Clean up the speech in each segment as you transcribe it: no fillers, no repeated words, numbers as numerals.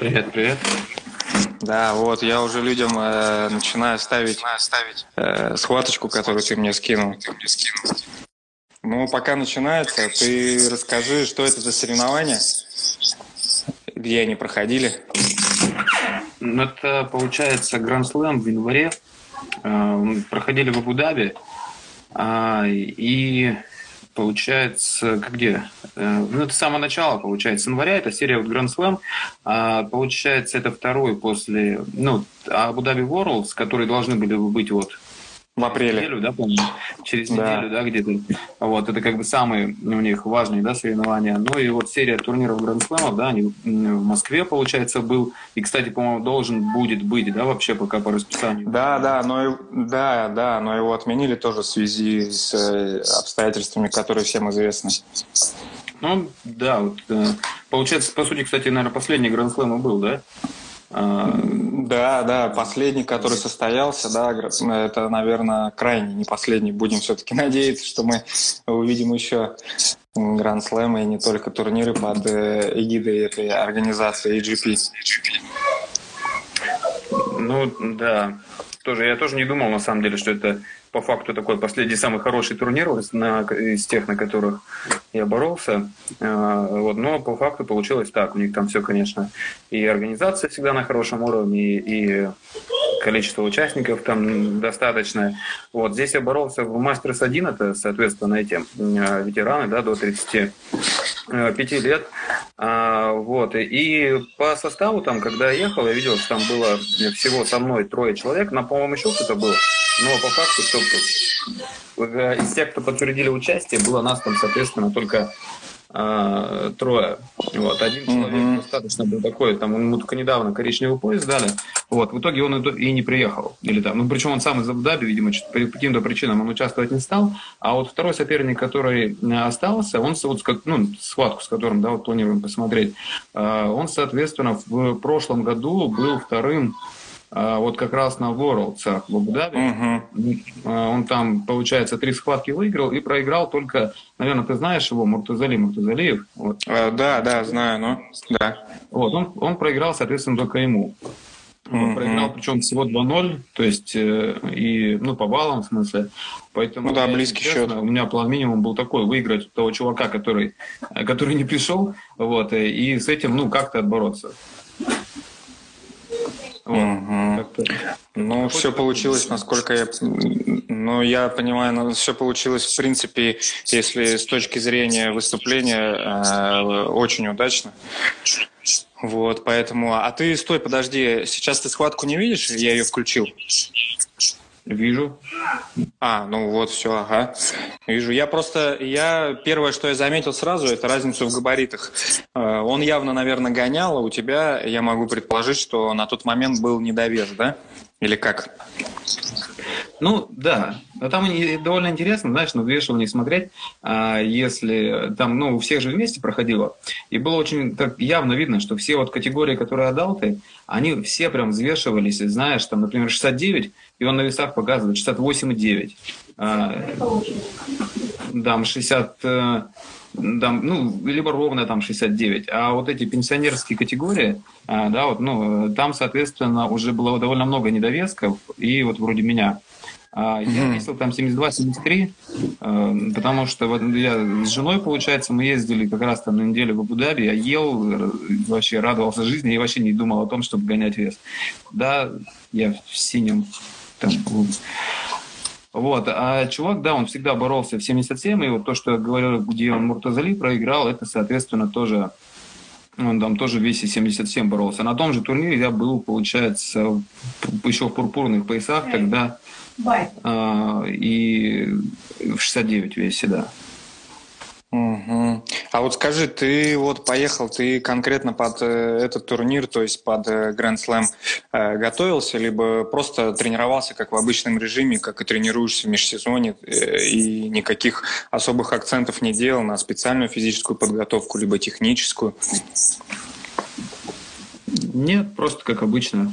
Привет, привет. Да, вот я уже людям начинаю ставить схваточку, которую ты мне скинул. Ну, пока начинается, ты расскажи, что это за соревнования, где они проходили. Ну, это, получается, Grand Slam в январе. Проходили в Абу-Даби. И получается, где? Ну, это с самого начала, получается, с января. Это серия вот Grand Slam. Получается, это второй после, ну, Абу-Даби Worlds, которые должны были быть вот В апреле. неделю, да, помню? Через Да. неделю, да, где-то. Вот, это как бы самые у них важные, да, соревнования. Ну и вот серия турниров Гранд-слэмов, да, они в Москве, получается, был. И, кстати, по-моему, должен будет быть, да, вообще пока по расписанию. Но его отменили тоже в связи с обстоятельствами, которые всем известны. Ну, да, вот, получается, по сути, кстати, наверное, последний Гранд-слэм и был, да? Да, последний, который состоялся, да, это, наверное, крайний, не последний. Будем все-таки надеяться, что мы увидим еще гранд-слэмы и не только турниры под эгидой этой организации AGP. Ну, да. Я тоже не думал, на самом деле, что это по факту такой последний самый хороший турнир из тех, на которых я боролся. Вот, но по факту получилось так. У них там все, конечно, и организация всегда на хорошем уровне, и количество участников там достаточно. Вот, здесь я боролся в Мастерс 1, это, соответственно, эти ветераны, да, до 35 лет. Вот, и по составу там, когда я ехал, я видел, что там было всего со мной 3 человек, по-моему, еще кто-то был. Но по факту, что из тех, кто подтвердили участие, было нас там, соответственно, только 3. Вот, один человек достаточно был такой, там ему только недавно коричневый пояс дали. Вот, в итоге он и не приехал. Или там, ну, причем он сам из Абу-Даби, видимо, по каким-то причинам он участвовать не стал. А вот второй соперник, который остался, он вот, схватку, с которым, да, вот планируем посмотреть, он, соответственно, в прошлом году был вторым вот как раз на Worlds в Абу-Даби. Он там, получается, 3 схватки выиграл и проиграл только, наверное, ты знаешь его, Муртазалиев. Вот. Да, знаю, но да. Вот, он проиграл, соответственно, только ему. Он проиграл, причем всего 2-0, то есть, по баллам, в смысле. Поэтому, ну да, близкий счет. У меня план минимум был такой: выиграть у того чувака, который не пришел, вот, и с этим, как-то отбороться. Вот. Ну, все получилось, насколько я понимаю, все получилось, в принципе, если с точки зрения выступления, очень удачно. Вот, поэтому... А ты, стой, подожди, сейчас ты схватку не видишь? Я ее включил. Вижу. Ну вот, все, ага. Вижу. Первое, что я заметил сразу, это разницу в габаритах. Он явно, наверное, гонял, а у тебя, я могу предположить, что на тот момент был недовес, да? Или как? Ну, да. Но там довольно интересно, знаешь, на взвешивание смотреть, если там, у всех же вместе проходило. И было очень так явно видно, что все вот категории, которые отдал ты, они все прям взвешивались, знаешь, там, например, 69, и он на весах показывает 68,9. Там 60... либо ровно там 69. А вот эти пенсионерские категории, там, соответственно, уже было довольно много недовесков, и вот вроде меня. Я весил там 72-73, потому что я с женой, получается, мы ездили как раз там на неделю в Абу-Даби, я ел, вообще радовался жизни и вообще не думал о том, чтобы гонять вес. Да, я в синем там... Вот, а чувак, да, он всегда боролся в 77, и вот то, что я говорил, где он Муртазали проиграл, это, соответственно, тоже, он там тоже в весе 77 боролся. На том же турнире я был, получается, еще в пурпурных поясах тогда, и в 69 весе, да. А вот скажи, ты вот поехал, ты конкретно под этот турнир, то есть под Grand Slam готовился, либо просто тренировался как в обычном режиме, как и тренируешься в межсезонье, и никаких особых акцентов не делал на специальную физическую подготовку, либо техническую? Нет, просто как обычно.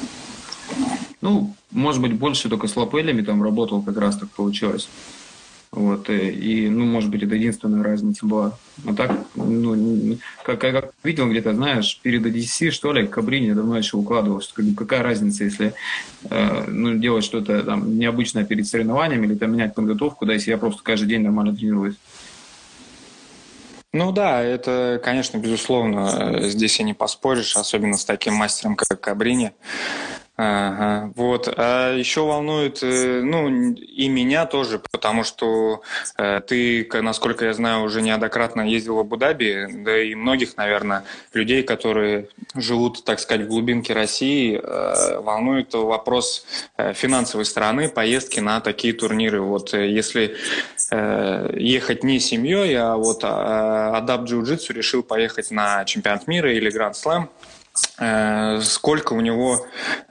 Может быть, больше только с лапелями там работал, как раз так получилось. Вот, ну, может быть, это единственная разница была. А так, ну, как видел где-то, знаешь, перед ADC, что ли, Кабрини я давно еще укладывал, что какая разница, если ну, делать что-то там необычное перед соревнованиями или там менять подготовку, да, если я просто каждый день нормально тренируюсь. Ну да, это, конечно, безусловно, здесь и не поспоришь, особенно с таким мастером, как Кабрини. Ага, вот. А еще волнует, ну, и меня тоже, потому что ты, насколько я знаю, уже неоднократно ездил в Абу-Даби, да и многих, наверное, людей, которые живут, так сказать, в глубинке России, волнует вопрос финансовой стороны поездки на такие турниры. Вот если ехать не семьей, а вот Adapt Jiu-Jitsu решил поехать на чемпионат мира или Гранд Слэм, сколько у него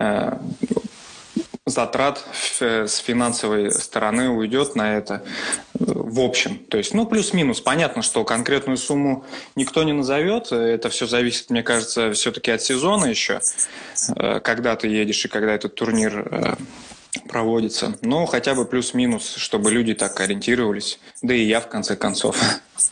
затрат с финансовой стороны уйдет на это в общем. То есть, ну, плюс-минус. Понятно, что конкретную сумму никто не назовет. Это все зависит, мне кажется, все-таки от сезона еще, когда ты едешь и когда этот турнир проводится. Но хотя бы плюс-минус, чтобы люди так ориентировались. Да и я, в конце концов.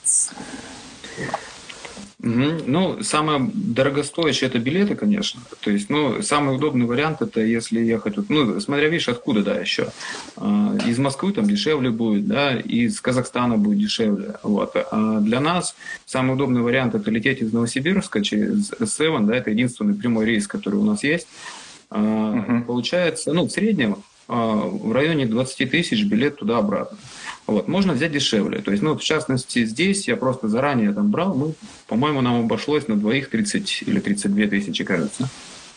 Ну, самое дорогостоящее это билеты, конечно. То есть, ну, самый удобный вариант это если ехать, ну, смотря, видишь, откуда, да, еще. Из Москвы там дешевле будет, да, из Казахстана будет дешевле. Вот. А для нас самый удобный вариант это лететь из Новосибирска через S7, да, это единственный прямой рейс, который у нас есть. Получается, ну, в среднем в районе 20 тысяч билет туда-обратно. Вот. Можно взять дешевле. То есть, ну, в частности, здесь я просто заранее там брал, ну, по-моему, нам обошлось на двоих 30 или 32 тысячи, кажется.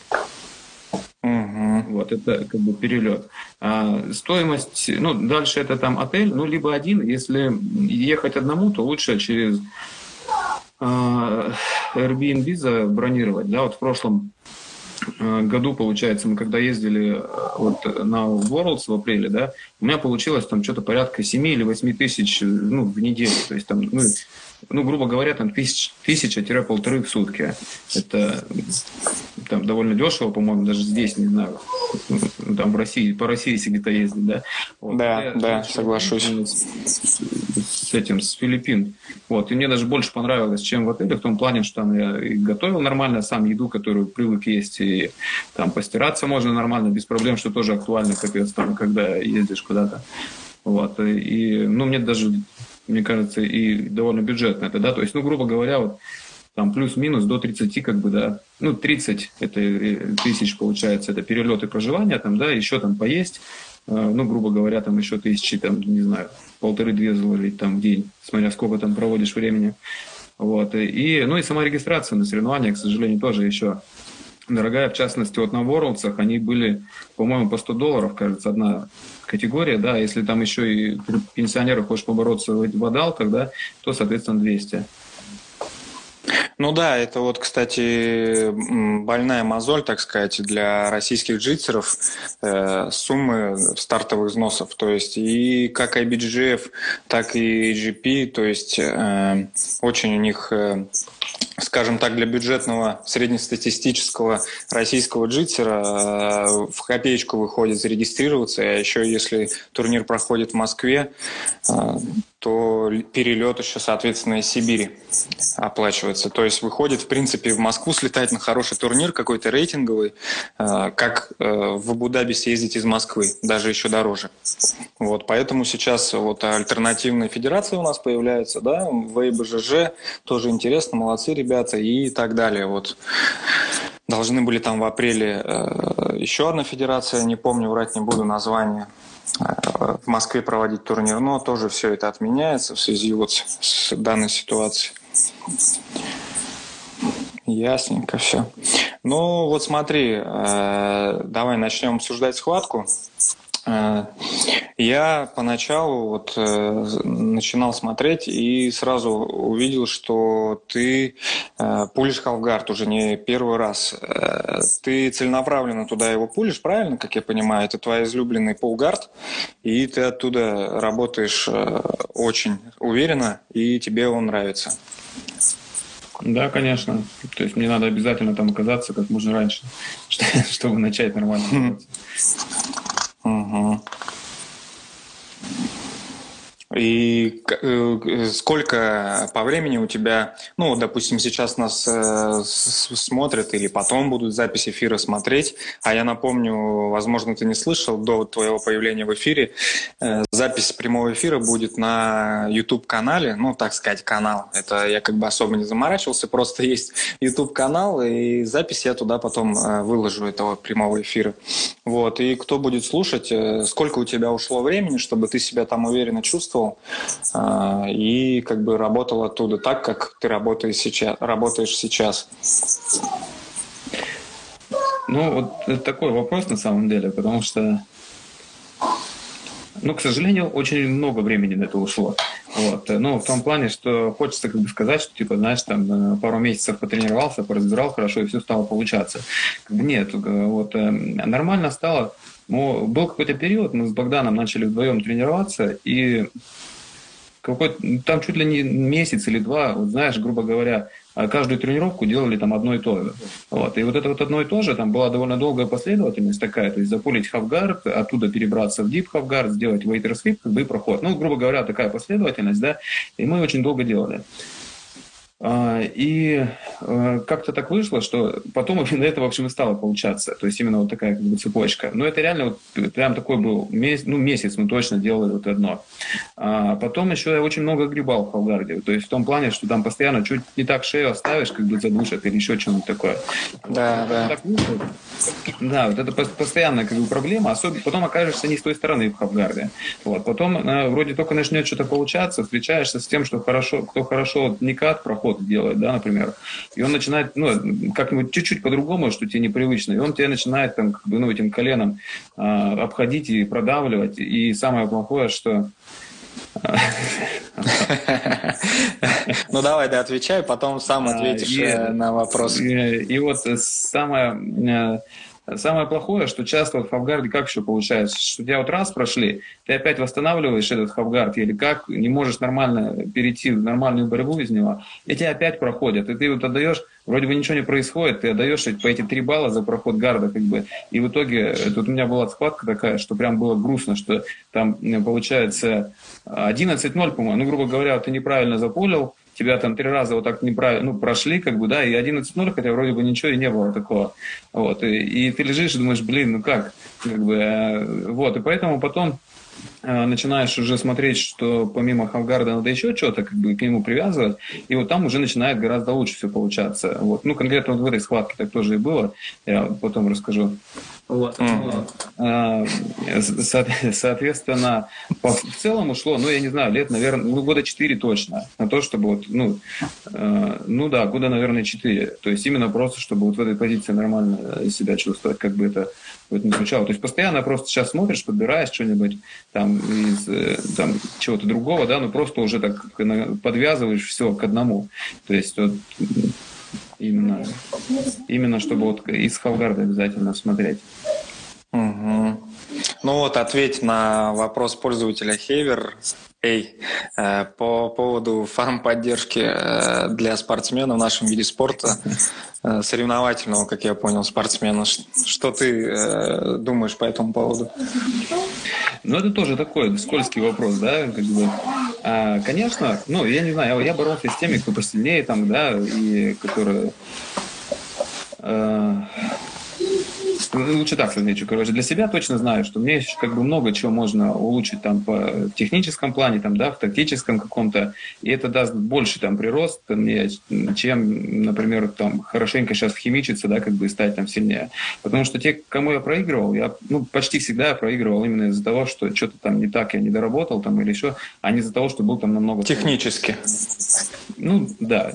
Вот, это как бы перелет. Стоимость, ну, дальше это там отель, ну, либо один. Если ехать одному, то лучше через Airbnb забронировать. Да, вот в прошлом году, получается, мы когда ездили вот на Worlds в апреле, да, у меня получилось там что-то порядка 7 или 8 тысяч, ну, в неделю. То есть там, ну, грубо говоря, там 1000-1500 в сутки. Это там довольно дешево, по-моему, даже здесь, не знаю, там в России, по России если где-то ездить, да. Вот. Да, соглашусь. С Филиппин. Вот. И мне даже больше понравилось, чем в отеле, в том плане, что там я и готовил нормально сам еду, которую привык есть, и там постираться можно нормально, без проблем, что тоже актуально, капец, там, когда ездишь куда-то. Вот. И, ну, мне даже, мне кажется, и довольно бюджетно это, да, то есть, ну, грубо говоря, вот там плюс-минус до 30, как бы, да, ну, 30 это тысяч, получается, это перелет и проживание, там, да, еще там поесть, ну, грубо говоря, там еще тысячи, там, не знаю, 1,5-2 заложить там в день, смотря сколько там проводишь времени. Вот. И, ну, и сама регистрация на соревнования, к сожалению, тоже еще дорогая. В частности, вот на Ворлдсах они были, по-моему, по $100, кажется, одна категория, да, если там еще и пенсионеры хочешь побороться в адалтах, да, то, соответственно, 200. Ну да, это вот, кстати, больная мозоль, так сказать, для российских джитсеров, суммы стартовых взносов. То есть и как IBJJF, так и AGP, то есть очень у них, скажем так, для бюджетного среднестатистического российского джитсера в копеечку выходит зарегистрироваться, а еще если турнир проходит в Москве, то перелет еще, соответственно, из Сибири оплачивается. То есть выходит, в принципе, в Москву слетать на хороший турнир, какой-то рейтинговый, как в Абу-Даби съездить из Москвы, даже еще дороже. Вот, поэтому сейчас вот альтернативная федерация у нас появляется, да, ВБЖЖ, тоже интересно, молодцы ребята и так далее. Вот. Должны были там в апреле еще одна федерация, не помню, врать не буду название, в Москве проводить турнир, но тоже все это отменяется в связи вот с данной ситуацией. Ясненько все. Ну вот смотри, давай начнем обсуждать схватку. Я поначалу вот начинал смотреть и сразу увидел, что ты пулишь халфгард уже не первый раз. Ты целенаправленно туда его пулишь, правильно, как я понимаю? Это твой излюбленный пулгард, и ты оттуда работаешь очень уверенно, и тебе он нравится. Да, конечно. То есть мне надо обязательно там оказаться как можно раньше, чтобы начать нормально работать. Угу. И сколько по времени у тебя, ну, допустим, сейчас нас смотрят или потом будут запись эфира смотреть, а я напомню, возможно, ты не слышал, до твоего появления в эфире запись прямого эфира будет на YouTube-канале, ну, так сказать, канал. Это я как бы особо не заморачивался, просто есть YouTube-канал, и запись я туда потом выложу этого прямого эфира. Вот, и кто будет слушать, сколько у тебя ушло времени, чтобы ты себя там уверенно чувствовал, и как бы работал оттуда так, как ты работаешь сейчас. Ну, вот это такой вопрос на самом деле, потому что, ну, к сожалению, очень много времени на это ушло. Вот. Ну, в том плане, что хочется как бы сказать, что, типа, знаешь, там, пару месяцев потренировался, поразбирал хорошо, и все стало получаться. Как бы нет, вот, нормально стало. Но был какой-то период, мы с Богданом начали вдвоем тренироваться, и там чуть ли не месяц или два, вот знаешь, грубо говоря, каждую тренировку делали там одно и то же. Вот. И вот это вот одно и то же, там была довольно долгая последовательность такая, то есть запулить халфгард, оттуда перебраться в дип халфгард, сделать waiter sweep, как бы и проход. Ну, грубо говоря, такая последовательность, да, и мы очень долго делали. И как-то так вышло, что потом именно это, в общем, и стало получаться. То есть именно вот такая как бы цепочка. Но это реально вот прям такой был месяц мы точно делали вот одно. Потом еще я очень много гребал в халфгарде. То есть в том плане, что там постоянно чуть не так шею оставишь, как бы задушат или еще что-нибудь такое. Да, да. Так, да, вот это постоянная как бы проблема. Особенно потом окажешься не с той стороны в халфгарде. Вот. Потом вроде только начнет что-то получаться, встречаешься с тем, что кто хорошо никат проход делает, да, например, и он начинает, ну, как-нибудь чуть-чуть по-другому, что тебе непривычно, и он тебя начинает там, как бы, ну, этим коленом обходить и продавливать, и самое плохое, что... Ну, давай, да, отвечай, потом сам ответишь на вопрос. И вот самое плохое, что часто вот в халфгарде как еще получается, что тебя вот раз прошли, ты опять восстанавливаешь этот халфгард или как, не можешь нормально перейти в нормальную борьбу из него, и тебя опять проходят, и ты вот отдаешь, вроде бы ничего не происходит, ты отдаешь по эти 3 балла за проход гарда, как бы, и в итоге, тут у меня была схватка такая, что прям было грустно, что там получается 11-0, по-моему, ну, грубо говоря, ты неправильно запулил, тебя там 3 раза вот так неправильно, ну, прошли, как бы, да, и 11-0, хотя вроде бы ничего и не было такого. Вот, и ты лежишь и думаешь, блин, ну как бы, вот, и поэтому потом начинаешь уже смотреть, что помимо халфгарда надо еще что-то как бы к нему привязывать, и вот там уже начинает гораздо лучше все получаться. Вот. Ну, конкретно вот в этой схватке так тоже и было, я потом расскажу. Вот. Соответственно, в целом ушло, ну, я не знаю, лет, наверное, ну, года 4 точно, на то, чтобы вот, ну да, года, наверное, 4. То есть именно просто, чтобы вот в этой позиции нормально себя чувствовать, как бы это вот не звучало. То есть постоянно просто сейчас смотришь, подбираешь что-нибудь там из там, чего-то другого, да, ну просто уже так подвязываешь все к одному. То есть вот именно чтобы вот из халфгарда обязательно смотреть. Угу. Ну вот, ответь на вопрос пользователя Хевер. По поводу фарм-поддержки для спортсмена в нашем виде спорта, соревновательного, как я понял, спортсмена. Что ты думаешь по этому поводу? Ну, это тоже такой скользкий вопрос, да, как бы. Конечно, ну, я не знаю, я боролся с теми, кто посильнее там, да, и которые... Лучше так отвечу. Короче, для себя точно знаю, что мне еще как бы много чего можно улучшить там в техническом плане, там, да, в тактическом каком-то, и это даст больше там прирост мне, чем, например, там хорошенько сейчас химичиться, да, как бы и стать там сильнее. Потому что те, кому я проигрывал, почти всегда проигрывал именно из-за того, что что-то там не так я не доработал там или еще, а не из-за того, что был там намного... Технически. Ну, да.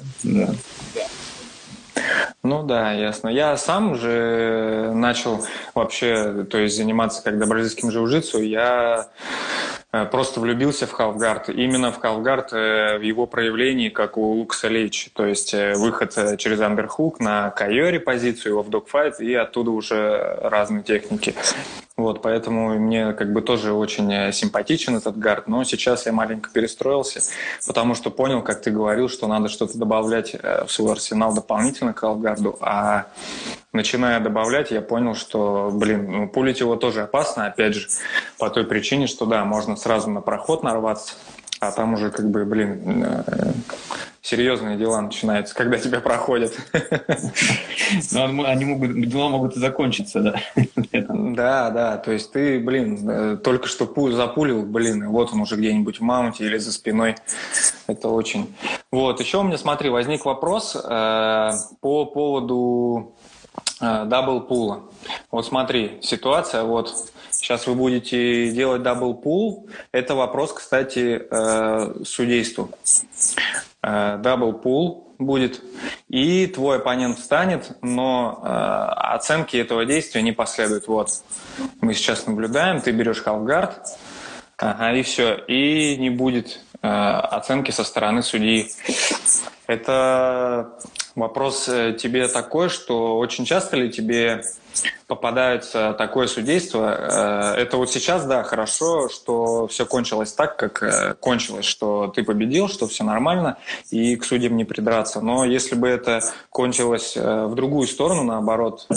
Ну да, ясно. Я сам же начал вообще, то есть заниматься когда бразильским джиу-джитсу, я просто влюбился в халфгард. Именно в халфгард в его проявлении, как у Лукаса Лейчи. То есть выход через андерхук на кайори позицию, его в догфайт, и оттуда уже разные техники. Вот, поэтому мне как бы тоже очень симпатичен этот гард, но сейчас я маленько перестроился, потому что понял, как ты говорил, что надо что-то добавлять в свой арсенал дополнительно к халфгарду, а начиная добавлять, я понял, что, пулить его тоже опасно, опять же, по той причине, что да, можно сразу на проход нарваться, а там уже как бы, серьезные дела начинаются, когда тебя проходят. Но дела могут и закончиться, да. Да, то есть ты, только что запулил, и вот он уже где-нибудь в маунте или за спиной. Это очень... Вот, еще у меня, смотри, возник вопрос по поводу даблпула. Вот смотри, ситуация, вот сейчас вы будете делать даблпул. Это вопрос, кстати, судейству. Даблпул будет, и твой оппонент встанет, но оценки этого действия не последует. Вот, мы сейчас наблюдаем, ты берешь халфгард, и все, и не будет оценки со стороны судьи. Это вопрос тебе такой, что очень часто ли тебе попадается такое судейство? Это вот сейчас, да, хорошо, что все кончилось так, как кончилось, что ты победил, что все нормально, и к судьям не придраться. Но если бы это кончилось в другую сторону, наоборот,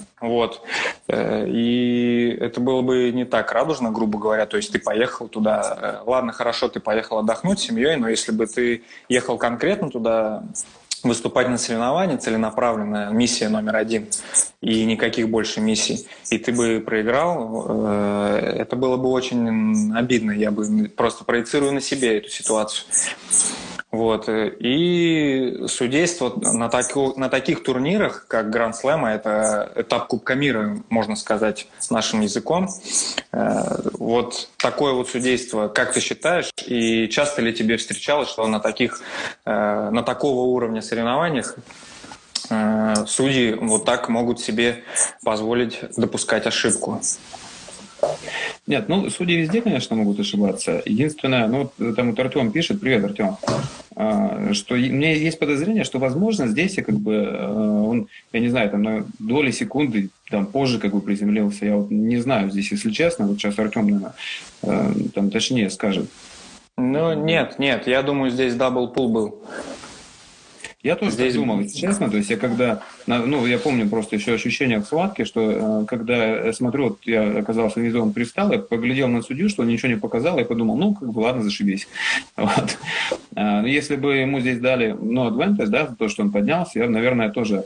и это было бы не так радужно, грубо говоря, то есть ты поехал туда, ладно, хорошо, ты поехал отдохнуть с семьей, но если бы ты ехал конкретно туда, выступать на соревновании, целенаправленная миссия номер 1, и никаких больше миссий, и ты бы проиграл, это было бы очень обидно. Я бы просто проецирую на себе эту ситуацию. Вот. И судейство на таких турнирах, как Гранд Слэм, это этап Кубка мира, можно сказать, нашим языком. Вот такое вот судейство, как ты считаешь, и часто ли тебе встречалось, что на такого уровня соревнованиях судьи вот так могут себе позволить допускать ошибку? Нет, судьи везде, конечно, могут ошибаться. Единственное, там вот Артем пишет, привет, Артем, что у меня есть подозрение, что, возможно, здесь он, я не знаю, там на доли секунды там позже приземлился. Я вот не знаю здесь, если честно. Вот сейчас Артем, наверное, там точнее скажет. Нет, я думаю, здесь даблпул был. Я тоже так думал, если честно. То есть я я помню просто еще ощущение в схватке, что когда я смотрю, вот я оказался внизу, он пристал, я поглядел на судью, что он ничего не показал, и подумал, ладно, зашибись. Вот. Если бы ему здесь дали advantage, да, за то, что он поднялся, я, наверное, тоже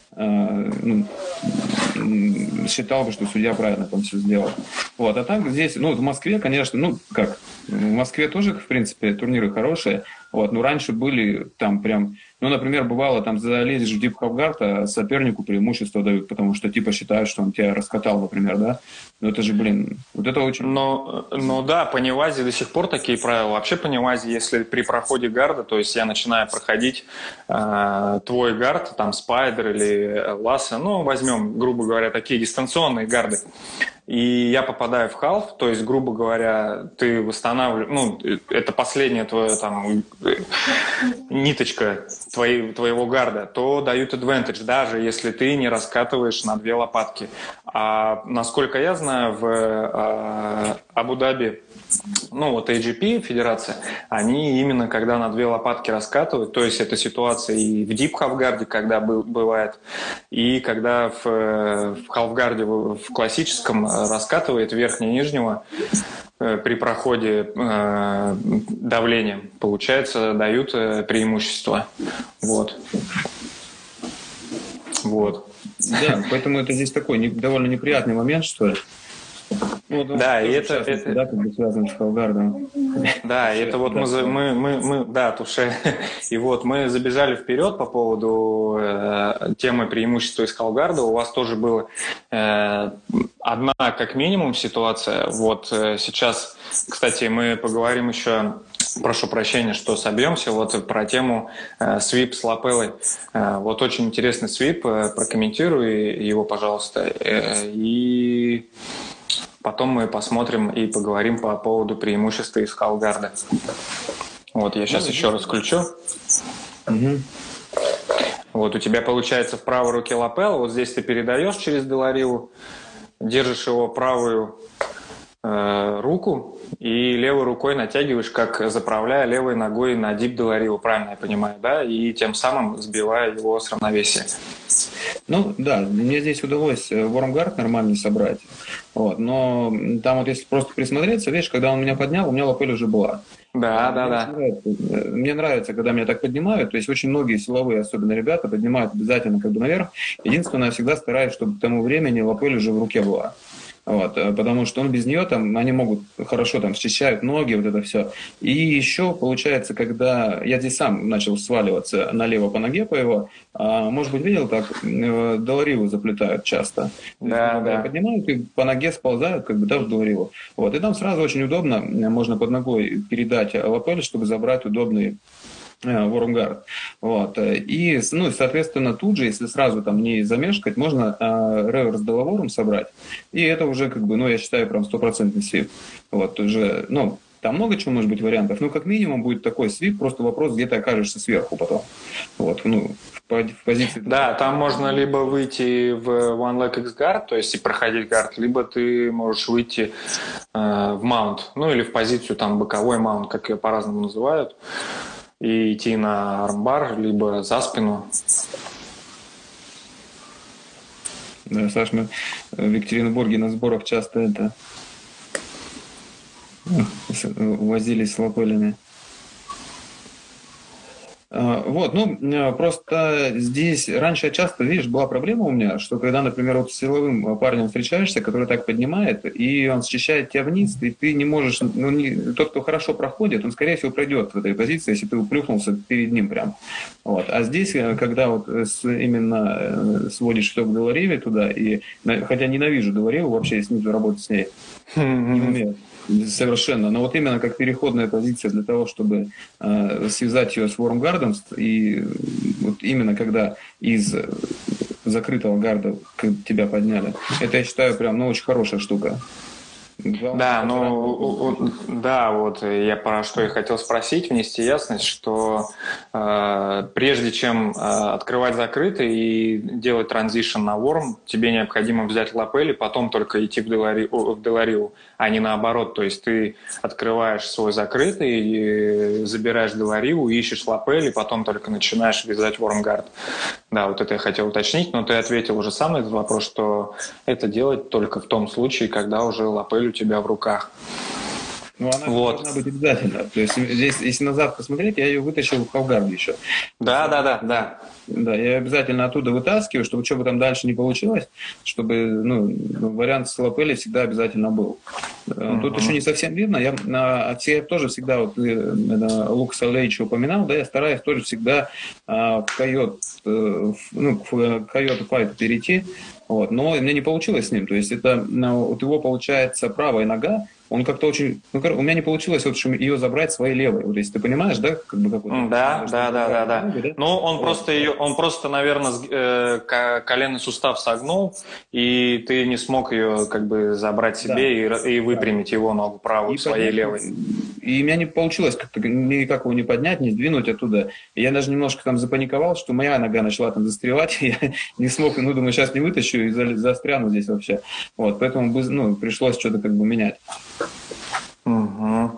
считал бы, что судья правильно там все сделал. Вот. А так здесь, в Москве, конечно, в Москве тоже, в принципе, турниры хорошие. Вот. Но раньше были там прям, например, бывало, там залезешь в дип халфгард, а сопернику преимущество дают, потому что типа считают, что он тебя раскатал, например, да? Но это же, вот это очень... Да, по Невазе до сих пор такие правила. Вообще по Невазе, если при проходе гарда, то есть я начинаю проходить твой гард, там спайдер или ласса, возьмем, грубо говоря, такие дистанционные гарды, и я попадаю в халф, то есть, грубо говоря, ты восстанавливаешь, это последняя твоя там ниточка твоего гарда, то дают advantage, даже если ты не раскатываешь на 2 лопатки. А насколько я знаю, в Абу-Даби, AGP, федерация, они именно когда на 2 лопатки раскатывают, то есть это ситуация и в дип халфгарде, когда бывает, и когда в халфгарде в классическом раскатывает верхнее нижнего при проходе давлением, получается, дают преимущество. Вот. Да, поэтому это здесь такой довольно неприятный момент, что ли. Да, и это связано с халфгардом. Да, и это вот туше. И вот мы забежали вперед по поводу темы преимущества из халфгарда. У вас тоже была одна, как минимум, ситуация. Вот сейчас, кстати, мы поговорим еще, прошу прощения, что собьемся, вот про тему свип с лапеллой. Вот очень интересный свип, прокомментируй его, пожалуйста. И потом мы посмотрим и поговорим по поводу преимущества из халфгарда. Вот, я сейчас еще раз включу. Угу. Вот, у тебя получается в правой руке лапелла. Вот здесь ты передаешь через Делариву, держишь его правую руку и левой рукой натягиваешь, как заправляя левой ногой на дип Деларио, правильно я понимаю, да? И тем самым сбивая его с равновесия. Ну да, мне здесь удалось вормгард нормально собрать. Вот, но там вот если просто присмотреться, видишь, когда он меня поднял, у меня лапель уже была. Да. Мне нравится, когда меня так поднимают. То есть очень многие силовые, особенно ребята, поднимают обязательно как бы наверх. Единственное, я всегда стараюсь, чтобы к тому времени лапель уже в руке была. Вот, потому что он без нее там, они могут хорошо там счищают ноги, вот это все. И еще получается, когда я здесь сам начал сваливаться налево по ноге по его, может быть, видел так, Долариву заплетают часто. Да. Поднимают и по ноге сползают, как бы, да, в Долариву. Вот, и там сразу очень удобно, можно под ногой передать лапель, чтобы забрать удобный вормгард. Вот. И, ну, соответственно, тут же, если сразу там не замешкать, можно реверс доловором собрать. И это уже, как бы, ну, я считаю, прям 100% свип. Вот, уже, ну, там много чего может быть вариантов, но как минимум будет такой свип, просто вопрос, где ты окажешься сверху потом. Вот, ну, в позиции... Да, там можно либо выйти в One Leg X Guard, то есть и проходить гард, либо ты можешь выйти в маунт, ну, или в позицию там боковой маунт, как ее по-разному называют, и идти на армбар, либо за спину. Да, Саш, мы в Екатеринбурге на сборах часто это возились с лапелями. Вот, ну, просто здесь раньше я часто, видишь, была проблема у меня, что когда, например, вот с силовым парнем встречаешься, который так поднимает, и он счищает тебя вниз, и ты не можешь, ну, тот, кто хорошо проходит, он, скорее всего, пройдет в этой позиции, если ты уплюхнулся перед ним прям. Вот. А здесь, когда вот именно сводишь все к Делариве туда, и, хотя ненавижу Делариву, вообще не работать с ней, не умею. Совершенно. Но вот именно как переходная позиция для того, чтобы связать ее с вормгардом, и вот именно когда из закрытого гарда тебя подняли, это, я считаю, прям, ну, очень хорошая штука. Да, ну, да, вот я про что я хотел спросить, внести ясность, что прежде чем открывать закрытый и делать транзишн на ворм, тебе необходимо взять лапель и потом только идти в Делариу, а не наоборот. То есть ты открываешь свой закрытый, забираешь Делариу, ищешь лапель и потом только начинаешь вязать вормгард. Да, вот это я хотел уточнить, но ты ответил уже сам на этот вопрос, что это делать только в том случае, когда уже лапель у тебя в руках. Ну, она должна быть обязательно. То есть здесь, если назад посмотреть, я ее вытащил в халгарде еще. Да. Да, я обязательно оттуда вытаскиваю, чтобы что бы там дальше не получилось, чтобы, ну, вариант с лапели всегда обязательно был. Тут еще не совсем видно. Я тоже всегда, вот Лук Солейч упоминал, да, я стараюсь тоже всегда в койот файт перейти. Вот. Но у меня не получилось с ним. То есть это вот его, получается, правая нога, он как-то очень... Ну, у меня не получилось вот, ее забрать своей левой. Вот если ты понимаешь, да? Как бы какой-то... Да. Ну, он просто, наверное, коленный сустав согнул, и ты не смог ее как бы забрать себе и выпрямить его ногу правую своей левой. И у меня не получилось как-то никак его не поднять, не сдвинуть оттуда. И я даже немножко там запаниковал, что моя нога начала там застревать, и я не смог, ну, думаю, сейчас не вытащу и застряну здесь вообще. Вот, поэтому, ну, пришлось что-то как бы менять. Угу.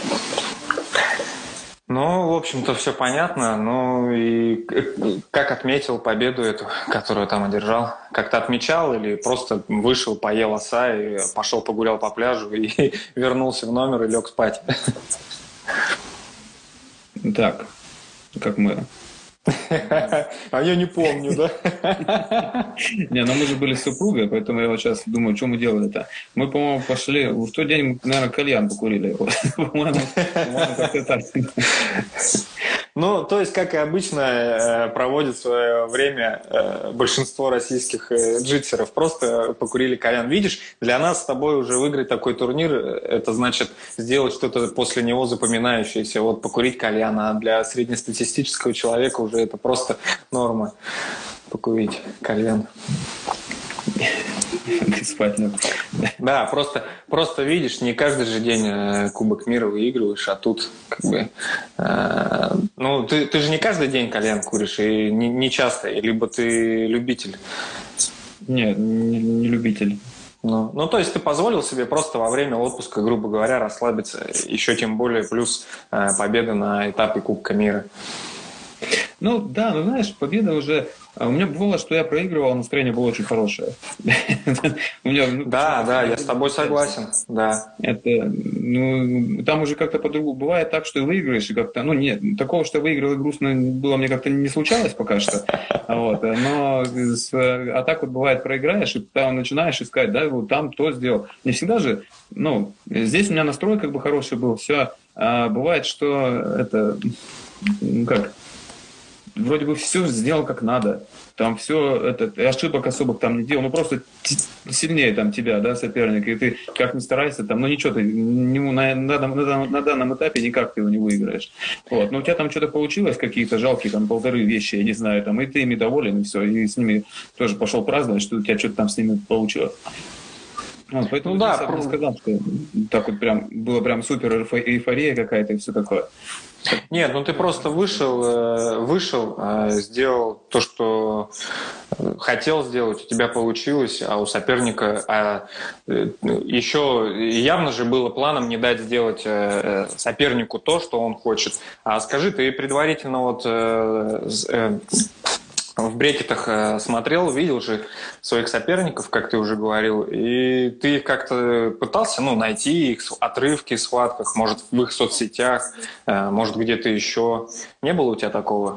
Ну, в общем-то, все понятно. Ну, и как отметил победу эту, которую там одержал? Как-то отмечал или просто вышел, поел оса и пошел погулял по пляжу и вернулся в номер и лег спать? Так, как мы... А я не помню, да? Не, ну мы же были с супругой, поэтому я вот сейчас думаю, что мы делали-то. Мы, по-моему, пошли... В тот день, наверное, кальян покурили. По-моему, как-то так. Ну, то есть, как и обычно, проводит свое время большинство российских джитсеров. Просто покурили кальян. Видишь, для нас с тобой уже выиграть такой турнир, это значит сделать что-то после него запоминающееся. Вот покурить кальян, а для среднестатистического человека уже это просто норма. Покурить кальян. Спать надо. Да, просто видишь, не каждый же день Кубок мира выигрываешь, а тут как бы... ну, ты же не каждый день кальян куришь, и не часто, либо ты любитель. Нет, не любитель. Ну, то есть ты позволил себе просто во время отпуска, грубо говоря, расслабиться, еще тем более плюс победа на этапе Кубка мира. Ну да, ну знаешь, победа уже... У меня бывало, что я проигрывал, а настроение было очень хорошее. Да, я с тобой согласен, да. Там уже как-то по-другому. Бывает так, что и выиграешь, и как-то... Ну нет, такого, что выиграл и грустно было, мне как-то не случалось пока что. А так вот бывает, проиграешь, и там начинаешь искать, да, вот там то сделал. Не всегда же... Ну, здесь у меня настрой как бы хороший был, все. А бывает, что это... Как... Вроде бы все сделал как надо. Там все, ошибок особых там не делал. Ну, просто сильнее там тебя, да, соперник. И ты как ни старайся, там, ну, ничего, ты на данном этапе никак ты его не выиграешь. Вот. Но у тебя там что-то получилось, какие-то жалкие там 1,5 вещи, я не знаю, там, и ты ими доволен, и все. И с ними тоже пошел праздновать, что у тебя что-то там с ними получилось. Вот, поэтому я бы сказал, что так вот прям было прям супер эйфория какая-то и все такое. Нет, ну ты просто вышел, сделал то, что хотел сделать, у тебя получилось, а у соперника... еще явно же было планом не дать сделать сопернику то, что он хочет. А скажи, ты предварительно вот... в брекетах смотрел, видел же своих соперников, как ты уже говорил, и ты как-то пытался найти их отрывки в схватках, может, в их соцсетях, может, где-то еще. Не было у тебя такого?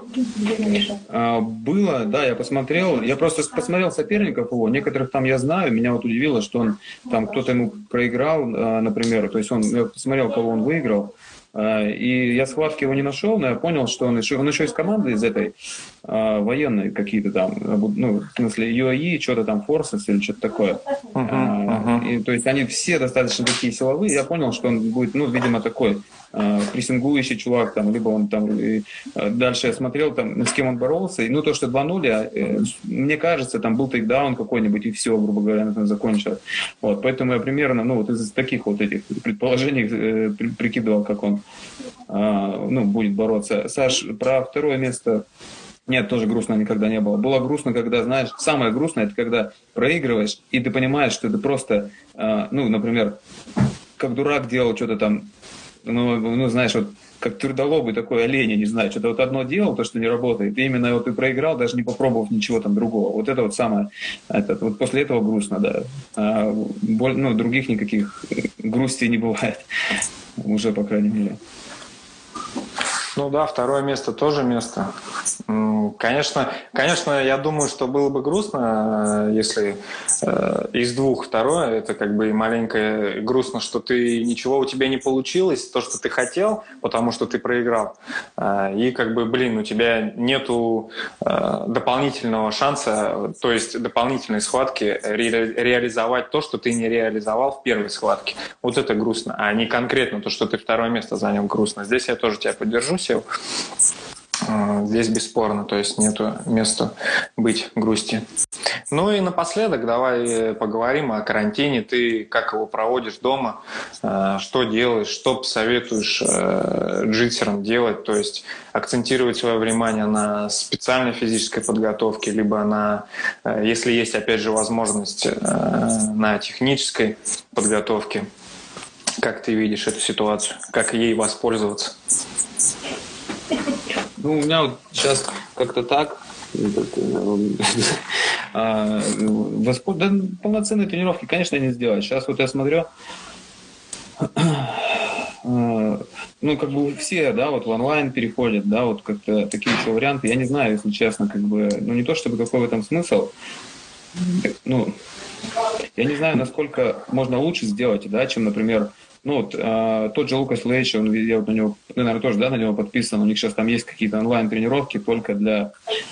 Было, да, я посмотрел. Я просто посмотрел соперников его. Некоторых там я знаю. Меня вот удивило, что он там кто-то ему проиграл, например. То есть я посмотрел, кого он выиграл. И я схватки его не нашел, но я понял, что он еще из команды, из этой военной какие-то там, ну, в смысле, UAE, что-то там, Forces или что-то такое. И, то есть они все достаточно такие силовые. Я понял, что он будет, ну, видимо, такой прессингующий чувак, там, либо он там... Дальше я смотрел, там, с кем он боролся, и, ну, то, что 2-0, мне кажется, там был тейкдаун какой-нибудь, и все, грубо говоря, на этом закончилось. Вот, поэтому я примерно, ну, вот из таких вот этих предположений прикидывал, как он, ну, будет бороться. Саш, про второе место... Нет, тоже грустно никогда не было. Было грустно, когда, знаешь, самое грустное, это когда проигрываешь, и ты понимаешь, что ты просто, ну, например, как дурак делал что-то там, ну, знаешь, вот как твердолобый такой олень, я не знаю, что-то вот одно делал, то, что не работает, и именно вот ты проиграл, даже не попробовав ничего там другого. Вот это вот самое, вот после этого грустно, да. Ну, других никаких грустей не бывает, уже, по крайней мере. Ну да, второе место тоже место. Конечно, я думаю, что было бы грустно, если из двух второе, это как бы маленько грустно, что ничего у тебя не получилось, то, что ты хотел, потому что ты проиграл. И как бы, у тебя нету дополнительного шанса, то есть дополнительной схватки реализовать то, что ты не реализовал в первой схватке. Вот это грустно, а не конкретно то, что ты второе место занял, грустно. Здесь я тоже тебя поддержу, Сев. Здесь бесспорно, то есть нету места быть грусти. Ну и напоследок давай поговорим о карантине. Ты как его проводишь дома, что делаешь, что посоветуешь джитсерам делать, то есть акцентировать свое внимание на специальной физической подготовке, либо на, если есть опять же возможность, на технической подготовке. Как ты видишь эту ситуацию? Как ей воспользоваться? Ну, у меня вот сейчас как-то так. Полноценные тренировки, конечно, не сделать. Сейчас вот я смотрю, ну, как бы все, да, вот в онлайн переходят, да, вот как-то такие еще варианты. Я не знаю, если честно, как бы, ну, не то чтобы какой в этом смысл. Ну, я не знаю, насколько можно лучше сделать, да, чем, например, ну, вот, тот же Лукас Лейч, я вот на него, наверное, тоже, да, на него подписан, у них сейчас там есть какие-то онлайн-тренировки только для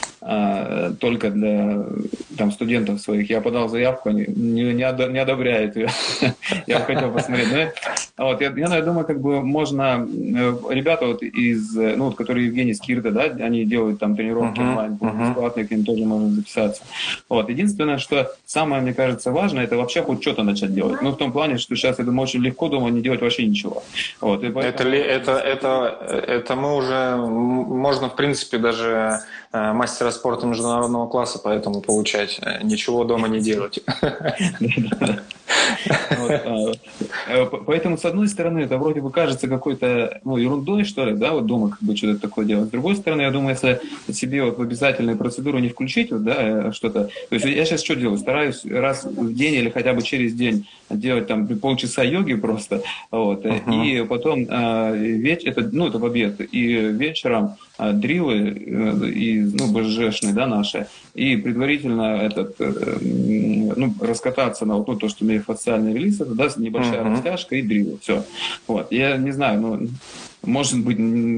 там, студентов своих. Я подал заявку, они не одобряют ее. Я бы хотел посмотреть. Вот, я думаю, как бы можно... Ребята вот ну, вот, которые Евгений Скирда, да, они делают там тренировки онлайн, бесплатные, к ним тоже можно записаться. Вот. Единственное, что самое, мне кажется, важно, это вообще хоть что-то начать делать. Ну, в том плане, что сейчас, я думаю, очень легко дома не делать вообще ничего. Вот. И поэтому... Это мы уже... Можно, в принципе, даже мастера спорта международного класса поэтому получать. Ничего дома не делать. Поэтому, с одной стороны, это вроде бы кажется какой-то ерундой, что ли, да, вот дома как бы что-то такое делать. С другой стороны, я думаю, если себе вот в обязательную процедуру не включить, вот, да, что-то. То есть я сейчас что делаю? Стараюсь раз в день или хотя бы через день делать там полчаса йоги просто, вот, и потом это в обед, и вечером дрилы, БЖшные, да, наши, и предварительно раскататься на то, что миофасциальный релиз, это, да, небольшая растяжка и дрилы, все. Вот, я не знаю, может быть,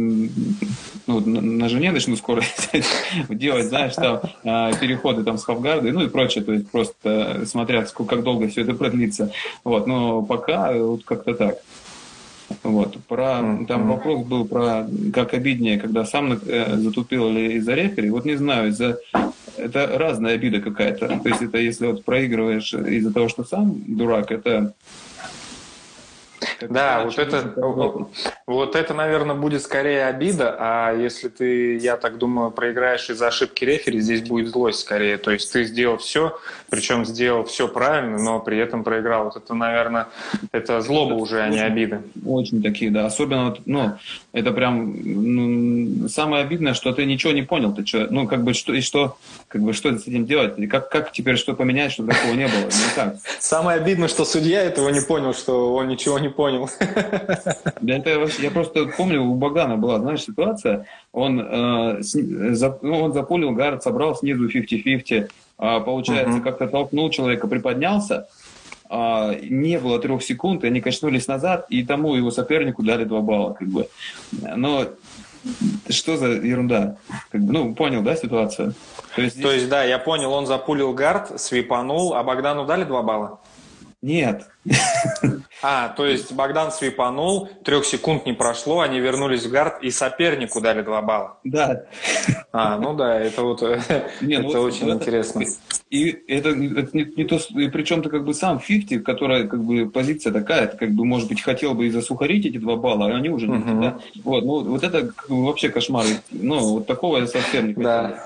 на жене начну скоро делать, знаешь, там переходы там с хафгарды, и прочее, то есть просто смотря, как долго все это продлится. Вот, но пока вот как-то так. Вот. Там вопрос был про как обиднее, когда сам затупил или из-за рефери. Вот не знаю, это разная обида какая-то. То есть это если вот проигрываешь из-за того, что сам дурак, это... Да, вот это, наверное, будет скорее обида, а если ты, я так думаю, проиграешь из-за ошибки рефери, здесь будет злость скорее. То есть ты сделал все, причем сделал все правильно, но при этом проиграл. Вот это, наверное, это злоба уже, а не обида. Очень такие, да. Особенно, это прям самое обидное, что ты ничего не понял. Ты что, что с этим делать? И как теперь что поменять, чтобы такого не было? Никак. Самое обидное, что судья этого не понял, что он ничего не понял. Я просто помню, у Богдана была, знаешь, ситуация, он запулил, Гаррет собрал снизу 50-50, получается, как-то толкнул человека, приподнялся, не было 3 секунд, и они качнулись назад, и тому его сопернику дали 2 балла, как бы. Но что за ерунда? Понял, да, ситуацию? То есть, да, я понял, он запулил гард, свипанул, а Богдану дали 2 балла? Нет. То есть Богдан свипанул, 3 секунд не прошло, они вернулись в гард, и сопернику дали 2 балла. Да. Это очень интересно. И это не то, и причем ты как бы сам 50, которая как бы позиция такая, ты как бы, может быть, хотел бы и засухарить эти 2 балла, а они уже не да? Вот это как бы вообще кошмар. Вот такого я совсем не хотел. Да.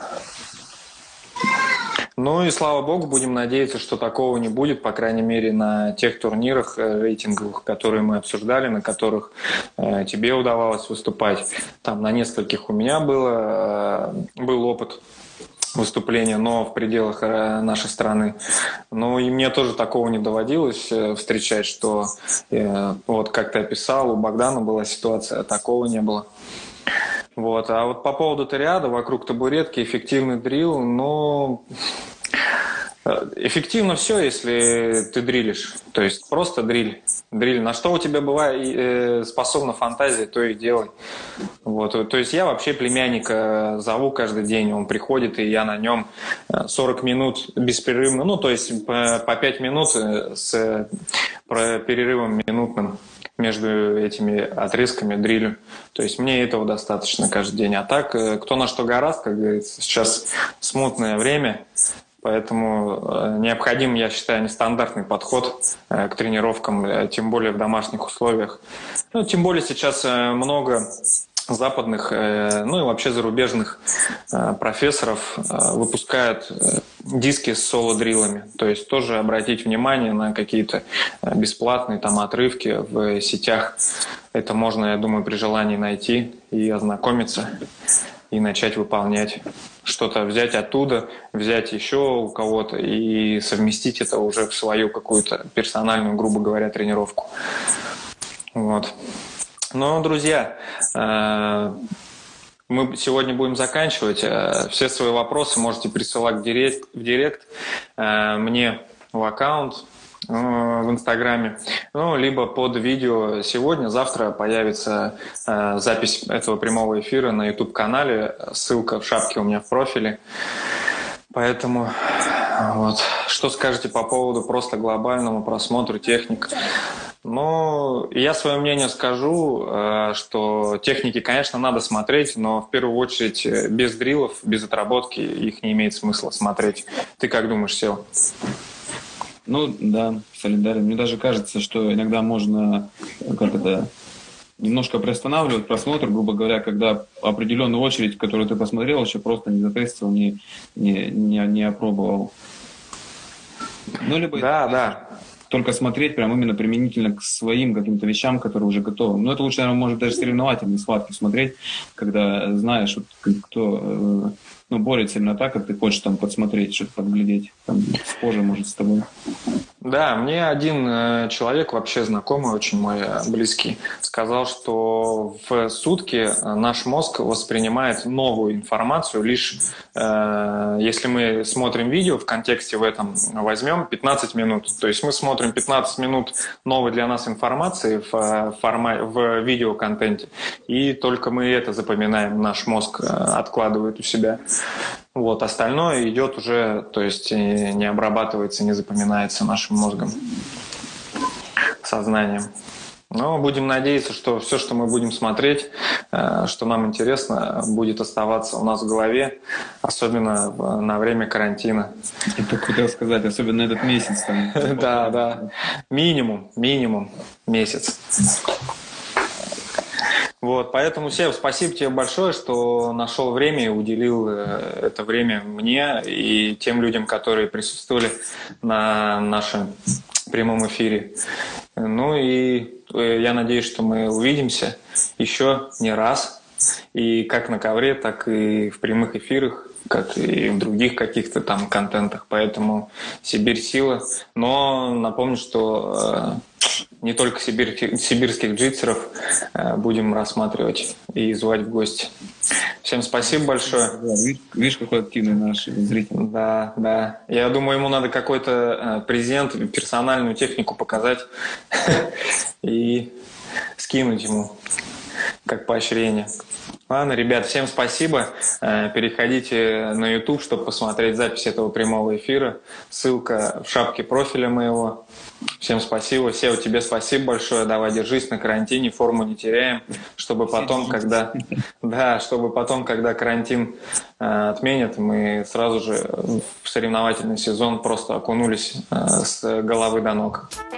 И слава богу, будем надеяться, что такого не будет, по крайней мере, на тех турнирах рейтинговых, которые мы обсуждали, на которых тебе удавалось выступать. Там на нескольких у меня был опыт выступления, но в пределах нашей страны. И мне тоже такого не доводилось встречать, что вот как ты описал, у Богдана была ситуация, а такого не было. А вот по поводу ториада, вокруг табуретки, эффективный дрил, эффективно все, если ты дрилишь. То есть просто дриль. На что у тебя бывает способна фантазия, то и делай. То есть я вообще племянника зову каждый день, он приходит, и я на нем 40 минут беспрерывно, то есть по 5 минут с перерывом минутным между этими отрезками дрилю. То есть мне этого достаточно каждый день. А так, кто на что гораст, как говорится, сейчас смутное время, поэтому необходим, я считаю, нестандартный подход к тренировкам, тем более в домашних условиях. Тем более сейчас много западных, и вообще зарубежных профессоров выпускают диски с соло-дрилами. То есть тоже обратить внимание на какие-то бесплатные отрывки в сетях. Это можно, я думаю, при желании найти и ознакомиться, и начать выполнять. Что-то взять оттуда, взять еще у кого-то и совместить это уже в свою какую-то персональную, грубо говоря, тренировку. Друзья, мы сегодня будем заканчивать. Все свои вопросы можете присылать в директ мне в аккаунт в Инстаграме, либо под видео сегодня. Завтра появится запись этого прямого эфира на YouTube-канале. Ссылка в шапке у меня в профиле. Поэтому что скажете по поводу просто глобального просмотра техник? Я свое мнение скажу, что техники, конечно, надо смотреть, но в первую очередь без дрилов, без отработки их не имеет смысла смотреть. Ты как думаешь, Сева? Да, солидарен. Мне даже кажется, что иногда можно немножко приостанавливать просмотр, грубо говоря, когда определенную очередь, которую ты посмотрел, еще просто не затестил, не опробовал. Да. только смотреть прям именно применительно к своим каким-то вещам, которые уже готовы. Но это лучше, наверное, может даже соревновательные схватки смотреть, когда знаешь, вот, кто борется именно так, как ты хочешь там подсмотреть, что-то подглядеть, там, схоже, может, с тобой. Да, мне один человек, вообще знакомый, очень мой близкий, сказал, что в сутки наш мозг воспринимает новую информацию лишь, если мы смотрим видео, в контексте в этом возьмем 15 минут. То есть мы смотрим 15 минут новой для нас информации в видеоконтенте, и только мы это запоминаем, наш мозг откладывает у себя. Вот, остальное идет уже, то есть не обрабатывается, не запоминается нашим мозгом, сознанием. Но будем надеяться, что все, что мы будем смотреть, что нам интересно, будет оставаться у нас в голове, особенно на время карантина. Я только хотел сказать, особенно этот месяц. Да. Минимум месяц. Вот, поэтому, Сев, спасибо тебе большое, что нашел время и уделил это время мне и тем людям, которые присутствовали на нашем прямом эфире. Ну и я надеюсь, что мы увидимся еще не раз, и как на ковре, так и в прямых эфирах, как и в других каких-то там контентах. Поэтому Сибирь сила. Но напомню, что не только сибирских джитсеров будем рассматривать и звать в гости. Всем спасибо большое. Да, видишь, какой активный наш зритель. Да. Я думаю, ему надо какой-то презент, персональную технику показать и скинуть ему как поощрение. Ладно, ребят, всем спасибо. Переходите на YouTube, чтобы посмотреть запись этого прямого эфира. Ссылка в шапке профиля моего. Всем спасибо. Сева, тебе спасибо большое. Давай, держись на карантине, форму не теряем, чтобы потом, когда карантин отменят, мы сразу же в соревновательный сезон просто окунулись с головы до ног.